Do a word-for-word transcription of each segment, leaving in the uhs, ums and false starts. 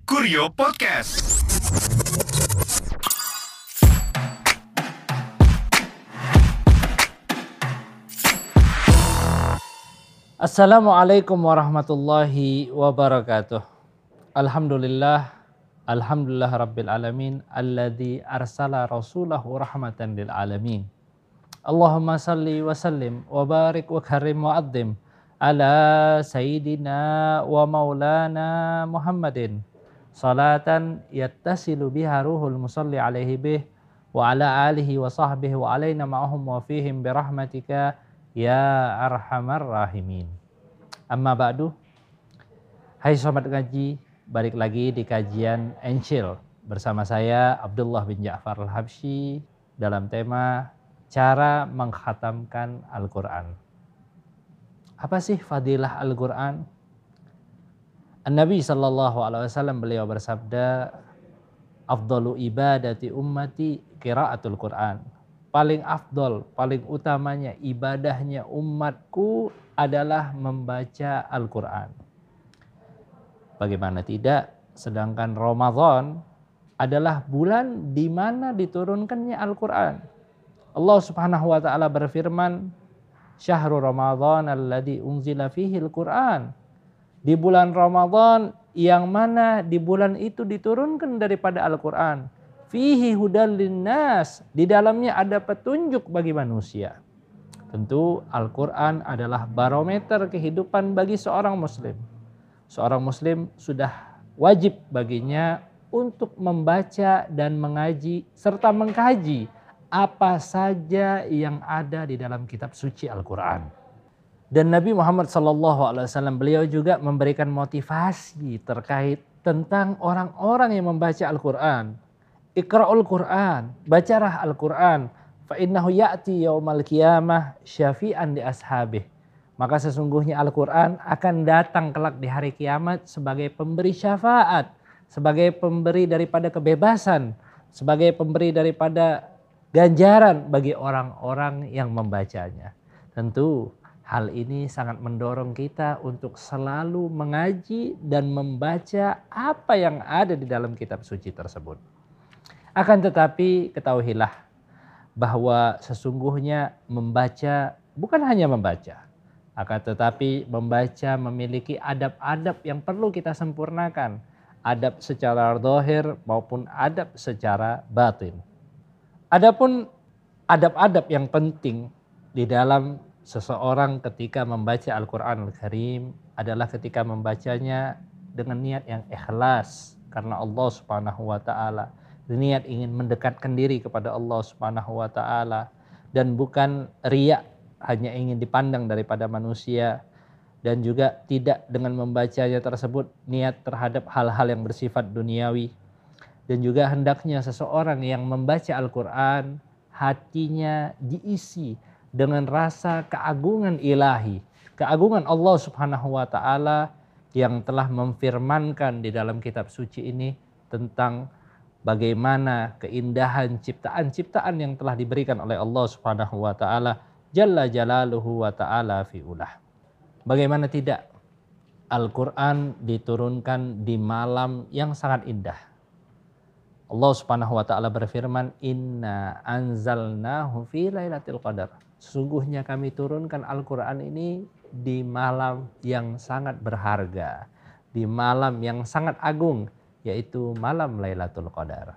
Kurio Podcast. Assalamualaikum warahmatullahi wabarakatuh. Alhamdulillah, alhamdulillah rabbil alamin, alladzi arsala rasulahu rahmatan lil alamin. Allahumma salli wa sallim wa barik wa karim wa addim ala sayyidina wa maulana Muhammadin salatan yattasilu biha ruhul musalli alaihi bih wa ala alihi wa sahbihi wa alaina ma'ahum wa fihim birahmatika ya arhamar rahimin. Amma ba'du. Hai sobat ngaji, balik lagi di kajian Encil bersama saya Abdullah bin Ja'far Al-Habsyi dalam tema cara mengkhatamkan Al-Quran. Apa sih fadilah Al-Quran? An-Nabi sallallahu alaihi wasallam beliau bersabda, afdalu ibadati ummati qiraatul Quran. Paling afdol, paling utamanya ibadahnya umatku adalah membaca Al-Quran. Bagaimana tidak, sedangkan Ramadan adalah bulan di mana diturunkannya Al-Quran. Allah subhanahu wa ta'ala berfirman, Syahrul Ramadan alladzi unzila fihi Al-Quran. Di bulan Ramadan yang mana di bulan itu diturunkan daripada Al-Quran. Fihi hudal linnas, di dalamnya ada petunjuk bagi manusia. Tentu Al-Quran adalah barometer kehidupan bagi seorang muslim. Seorang muslim sudah wajib baginya untuk membaca dan mengaji serta mengkaji apa saja yang ada di dalam kitab suci Al-Quran. Dan Nabi Muhammad sallallahu alaihi wasallam beliau juga memberikan motivasi terkait tentang orang-orang yang membaca Al-Quran. Iqra'ul Quran, bacalah Al-Quran, fa innahu ya'ti yaumal qiyamah syafi'an li ashabih. Maka sesungguhnya Al-Quran akan datang kelak di hari kiamat sebagai pemberi syafaat, sebagai pemberi daripada kebebasan, sebagai pemberi daripada ganjaran bagi orang-orang yang membacanya. Tentu hal ini sangat mendorong kita untuk selalu mengaji dan membaca apa yang ada di dalam kitab suci tersebut. Akan tetapi ketahuilah bahwa sesungguhnya membaca bukan hanya membaca. Akan tetapi membaca memiliki adab-adab yang perlu kita sempurnakan. Adab secara zahir maupun adab secara batin. Adapun adab-adab yang penting di dalam seseorang ketika membaca Al-Quran Al-Karim adalah ketika membacanya dengan niat yang ikhlas karena Allah Subhanahu wa ta'ala. Niat ingin mendekatkan diri kepada Allah Subhanahu wa ta'ala dan bukan riya, hanya ingin dipandang daripada manusia, dan juga tidak dengan membacanya tersebut niat terhadap hal-hal yang bersifat duniawi. Dan juga hendaknya seseorang yang membaca Al-Quran hatinya diisi dengan rasa keagungan ilahi, keagungan Allah Subhanahu wa ta'ala yang telah memfirmankan di dalam kitab suci ini tentang bagaimana keindahan ciptaan-ciptaan yang telah diberikan oleh Allah Subhanahu wa ta'ala Jalla jalaluhu wa ta'ala fi'ulah. Bagaimana tidak, Al-Quran diturunkan di malam yang sangat indah. Allah Subhanahu wa ta'ala berfirman, Inna anzalnahu fi lailatul qadar. Sesungguhnya kami turunkan Al-Quran ini di malam yang sangat berharga, di malam yang sangat agung, yaitu malam Lailatul Qadar.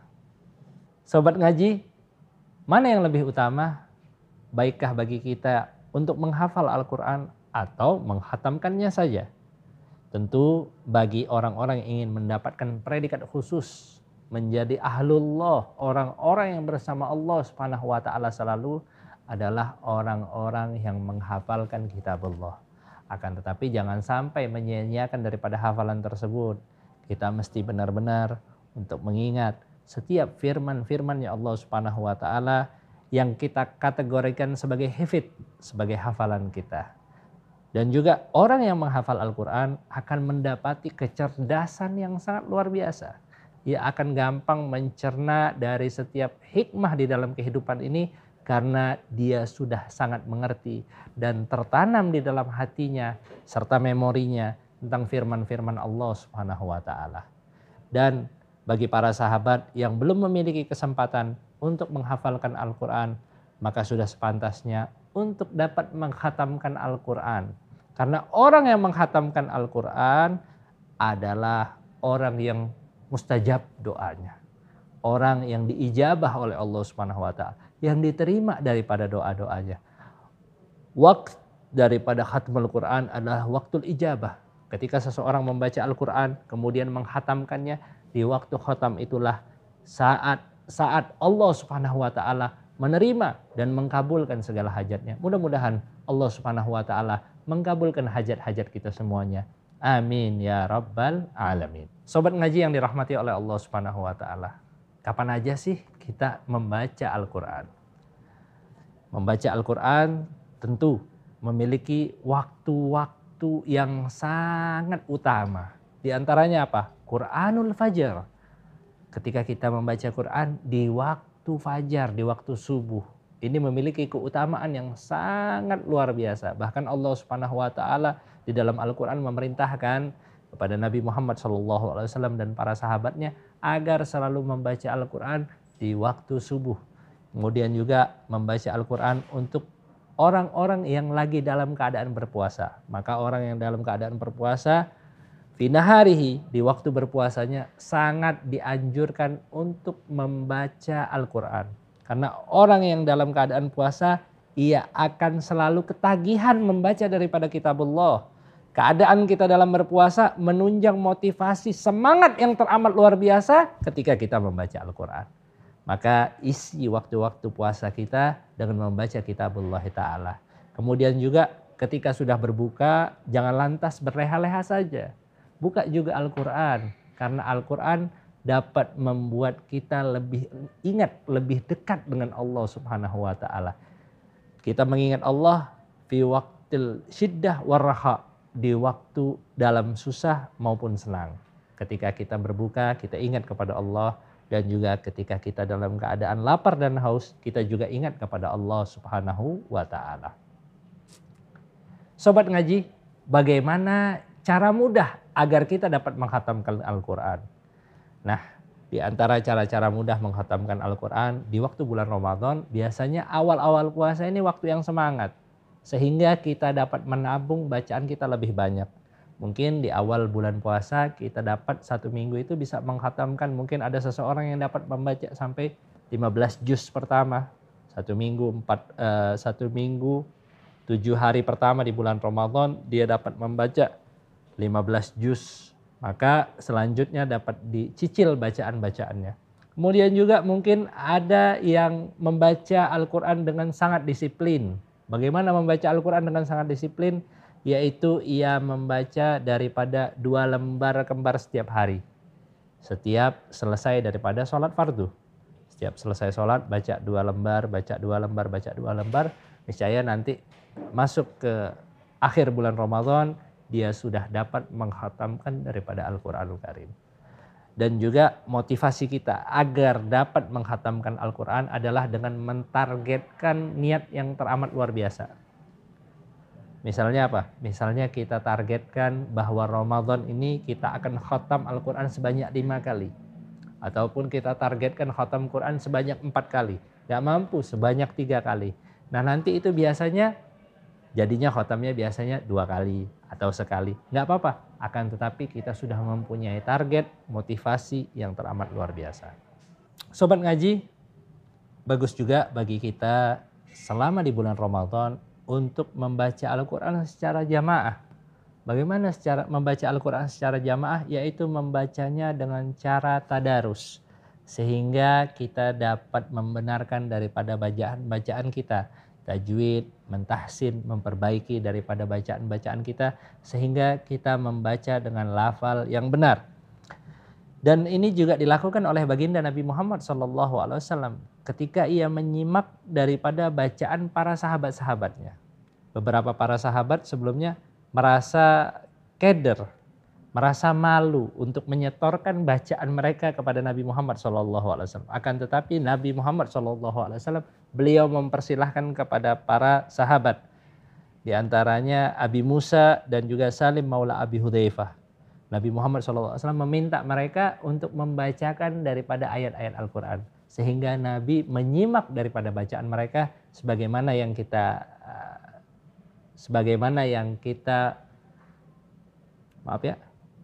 Sobat ngaji, mana yang lebih utama? Baikkah bagi kita untuk menghafal Al-Quran atau menghatamkannya saja? Tentu bagi orang-orang yang ingin mendapatkan predikat khusus, menjadi ahlullah, orang-orang yang bersama Allah Subhanahu wa ta'ala selalu adalah orang-orang yang menghafalkan kitab Allah. Akan tetapi jangan sampai menyia-nyiakan daripada hafalan tersebut. Kita mesti benar-benar untuk mengingat setiap firman-firman ya Allah Subhanahu wa ta'ala yang kita kategorikan sebagai hifdz, sebagai hafalan kita. Dan juga orang yang menghafal Al-Quran akan mendapati kecerdasan yang sangat luar biasa. Ia akan gampang mencerna dari setiap hikmah di dalam kehidupan ini karena dia sudah sangat mengerti dan tertanam di dalam hatinya serta memorinya tentang firman-firman Allah Subhanahu wa ta'ala. Dan bagi para sahabat yang belum memiliki kesempatan untuk menghafalkan Al-Quran, maka sudah sepantasnya untuk dapat menghatamkan Al-Quran. Karena orang yang menghatamkan Al-Quran adalah orang yang mustajab doanya. Orang yang diijabah oleh Allah Subhanahu wa taala, yang diterima daripada doa-doanya. Waktu daripada khatmul Quran adalah waktu ijabah. Ketika seseorang membaca Al-Quran kemudian menghatamkannya, di waktu khatam itulah saat saat Allah Subhanahu wa taala menerima dan mengkabulkan segala hajatnya. Mudah-mudahan Allah Subhanahu wa taala mengkabulkan hajat-hajat kita semuanya. Amin ya rabbal alamin. Sobat ngaji yang dirahmati oleh Allah Subhanahu wa taala. Kapan aja sih kita membaca Al-Quran? Membaca Al-Quran tentu memiliki waktu-waktu yang sangat utama. Di antaranya apa? Quranul Fajar. Ketika kita membaca Quran di waktu fajar, di waktu subuh. Ini memiliki keutamaan yang sangat luar biasa. Bahkan Allah Subhanahu wa taala di dalam Al-Quran memerintahkan kepada Nabi Muhammad shallallahu alaihi wasallam dan para sahabatnya agar selalu membaca Al-Quran di waktu subuh. Kemudian juga membaca Al-Quran untuk orang-orang yang lagi dalam keadaan berpuasa. Maka orang yang dalam keadaan berpuasa, finaharihi, di waktu berpuasanya sangat dianjurkan untuk membaca Al-Quran. Karena orang yang dalam keadaan puasa, ia akan selalu ketagihan membaca daripada kitabullah. Keadaan kita dalam berpuasa menunjang motivasi semangat yang teramat luar biasa ketika kita membaca Al-Quran. Maka isi waktu-waktu puasa kita dengan membaca kitabullah ta'ala. Kemudian juga ketika sudah berbuka, jangan lantas berleha-leha saja. Buka juga Al-Quran. Karena Al-Quran dapat membuat kita lebih ingat, lebih dekat dengan Allah Subhanahu wa ta'ala. Kita mengingat Allah fi waqtil syiddah warraha, di waktu dalam susah maupun senang. Ketika kita berbuka, kita ingat kepada Allah. Dan juga ketika kita dalam keadaan lapar dan haus, kita juga ingat kepada Allah Subhanahu wa ta'ala. Sobat ngaji, bagaimana cara mudah agar kita dapat menghatamkan Al-Quran? Nah, di antara cara-cara mudah menghatamkan Al-Quran di waktu bulan Ramadan, biasanya awal-awal puasa ini waktu yang semangat. Sehingga kita dapat menabung bacaan kita lebih banyak. Mungkin di awal bulan puasa kita dapat satu minggu itu bisa menghatamkan. Mungkin ada seseorang yang dapat membaca sampai lima belas juz pertama. Satu minggu, empat, uh, satu minggu, tujuh hari pertama di bulan Ramadan dia dapat membaca lima belas juz. Maka selanjutnya dapat dicicil bacaan-bacaannya. Kemudian juga mungkin ada yang membaca Al-Quran dengan sangat disiplin. Bagaimana membaca Al-Quran dengan sangat disiplin? Yaitu ia membaca daripada dua lembar kembar setiap hari. Setiap selesai daripada sholat fardu. Setiap selesai sholat baca dua lembar, baca dua lembar, baca dua lembar. Niscaya nanti masuk ke akhir bulan Ramadan, dia sudah dapat menghatamkan daripada Al-Quranul Karim. Dan juga motivasi kita agar dapat menghatamkan Al-Quran adalah dengan mentargetkan niat yang teramat luar biasa. Misalnya apa? Misalnya kita targetkan bahwa Ramadan ini kita akan khatam Al-Quran sebanyak lima kali. Ataupun kita targetkan khatam Quran sebanyak empat kali. Gak mampu sebanyak tiga kali. Nah nanti itu biasanya jadinya khatamnya biasanya dua kali atau sekali. Gak apa-apa. Akan tetapi kita sudah mempunyai target motivasi yang teramat luar biasa. Sobat ngaji, bagus juga bagi kita selama di bulan Ramadan untuk membaca Al-Quran secara jamaah. Bagaimana secara membaca Al-Quran secara jamaah? Yaitu membacanya dengan cara tadarus. Sehingga kita dapat membenarkan daripada bacaan-bacaan kita. Tajwid, mentahsin, memperbaiki daripada bacaan-bacaan kita. Sehingga kita membaca dengan lafal yang benar. Dan ini juga dilakukan oleh baginda Nabi Muhammad shallallahu alaihi wasallam ketika ia menyimak daripada bacaan para sahabat-sahabatnya. Beberapa para sahabat sebelumnya merasa keder, merasa malu untuk menyetorkan bacaan mereka kepada Nabi Muhammad shallallahu alaihi wasallam. Akan tetapi Nabi Muhammad shallallahu alaihi wasallam beliau mempersilahkan kepada para sahabat. Di antaranya Abi Musa dan juga Salim maula Abi Hudzaifah. Nabi Muhammad shallallahu alaihi wasallam meminta mereka untuk membacakan daripada ayat-ayat Al-Quran. Sehingga Nabi menyimak daripada bacaan mereka sebagaimana yang kita sebagaimana yang kita maaf ya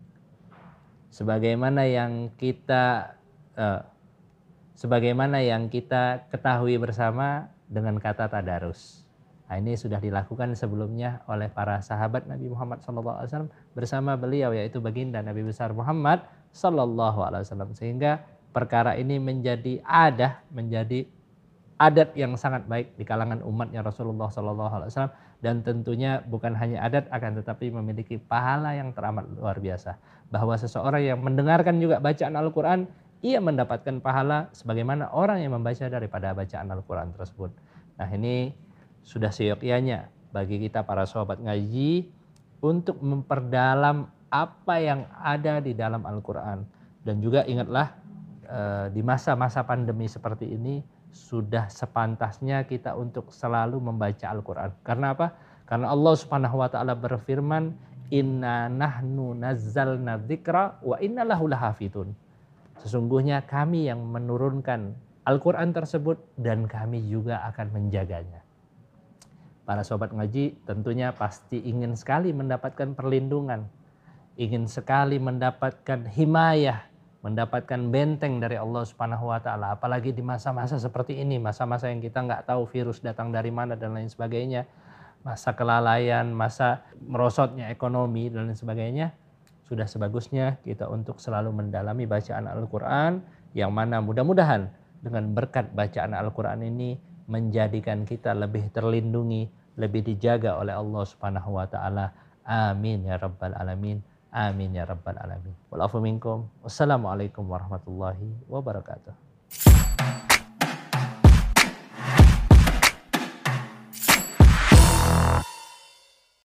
sebagaimana yang kita uh, sebagaimana yang kita ketahui bersama dengan kata tadarus. Nah, ini sudah dilakukan sebelumnya oleh para sahabat Nabi Muhammad shallallahu alaihi wasallam bersama beliau, yaitu baginda Nabi besar Muhammad shallallahu alaihi wasallam, sehingga perkara ini menjadi adah, menjadi adat yang sangat baik di kalangan umatnya Rasulullah shallallahu alaihi wasallam, dan tentunya bukan hanya adat akan tetapi memiliki pahala yang teramat luar biasa, bahwa seseorang yang mendengarkan juga bacaan Al-Quran, ia mendapatkan pahala sebagaimana orang yang membaca daripada bacaan Al-Quran tersebut. Nah, ini sudah seyogyanya bagi kita para sahabat ngaji untuk memperdalam apa yang ada di dalam Al-Quran. Dan juga ingatlah, di masa-masa pandemi seperti ini sudah sepantasnya kita untuk selalu membaca Al-Quran. Karena apa? Karena Allah Subhanahu wa taala berfirman, "Inna nahnu nazzalna dzikra wa inna lahu lahafidun." Sesungguhnya kami yang menurunkan Al-Quran tersebut dan kami juga akan menjaganya. Para sahabat ngaji tentunya pasti ingin sekali mendapatkan perlindungan, ingin sekali mendapatkan himayah, mendapatkan benteng dari Allah Subhanahu wa taala, apalagi di masa-masa seperti ini, masa-masa yang kita nggak tahu virus datang dari mana dan lain sebagainya, masa kelalaian, masa merosotnya ekonomi dan lain sebagainya. Sudah sebagusnya kita untuk selalu mendalami bacaan Al-Quran, yang mana mudah-mudahan dengan berkat bacaan Al-Quran ini menjadikan kita lebih terlindungi, lebih dijaga oleh Allah Subhanahu wa taala. Amin ya rabbal alamin. Amin ya rabbal alamin. Wal afu minkum. Wassalamualaikum warahmatullahi wabarakatuh.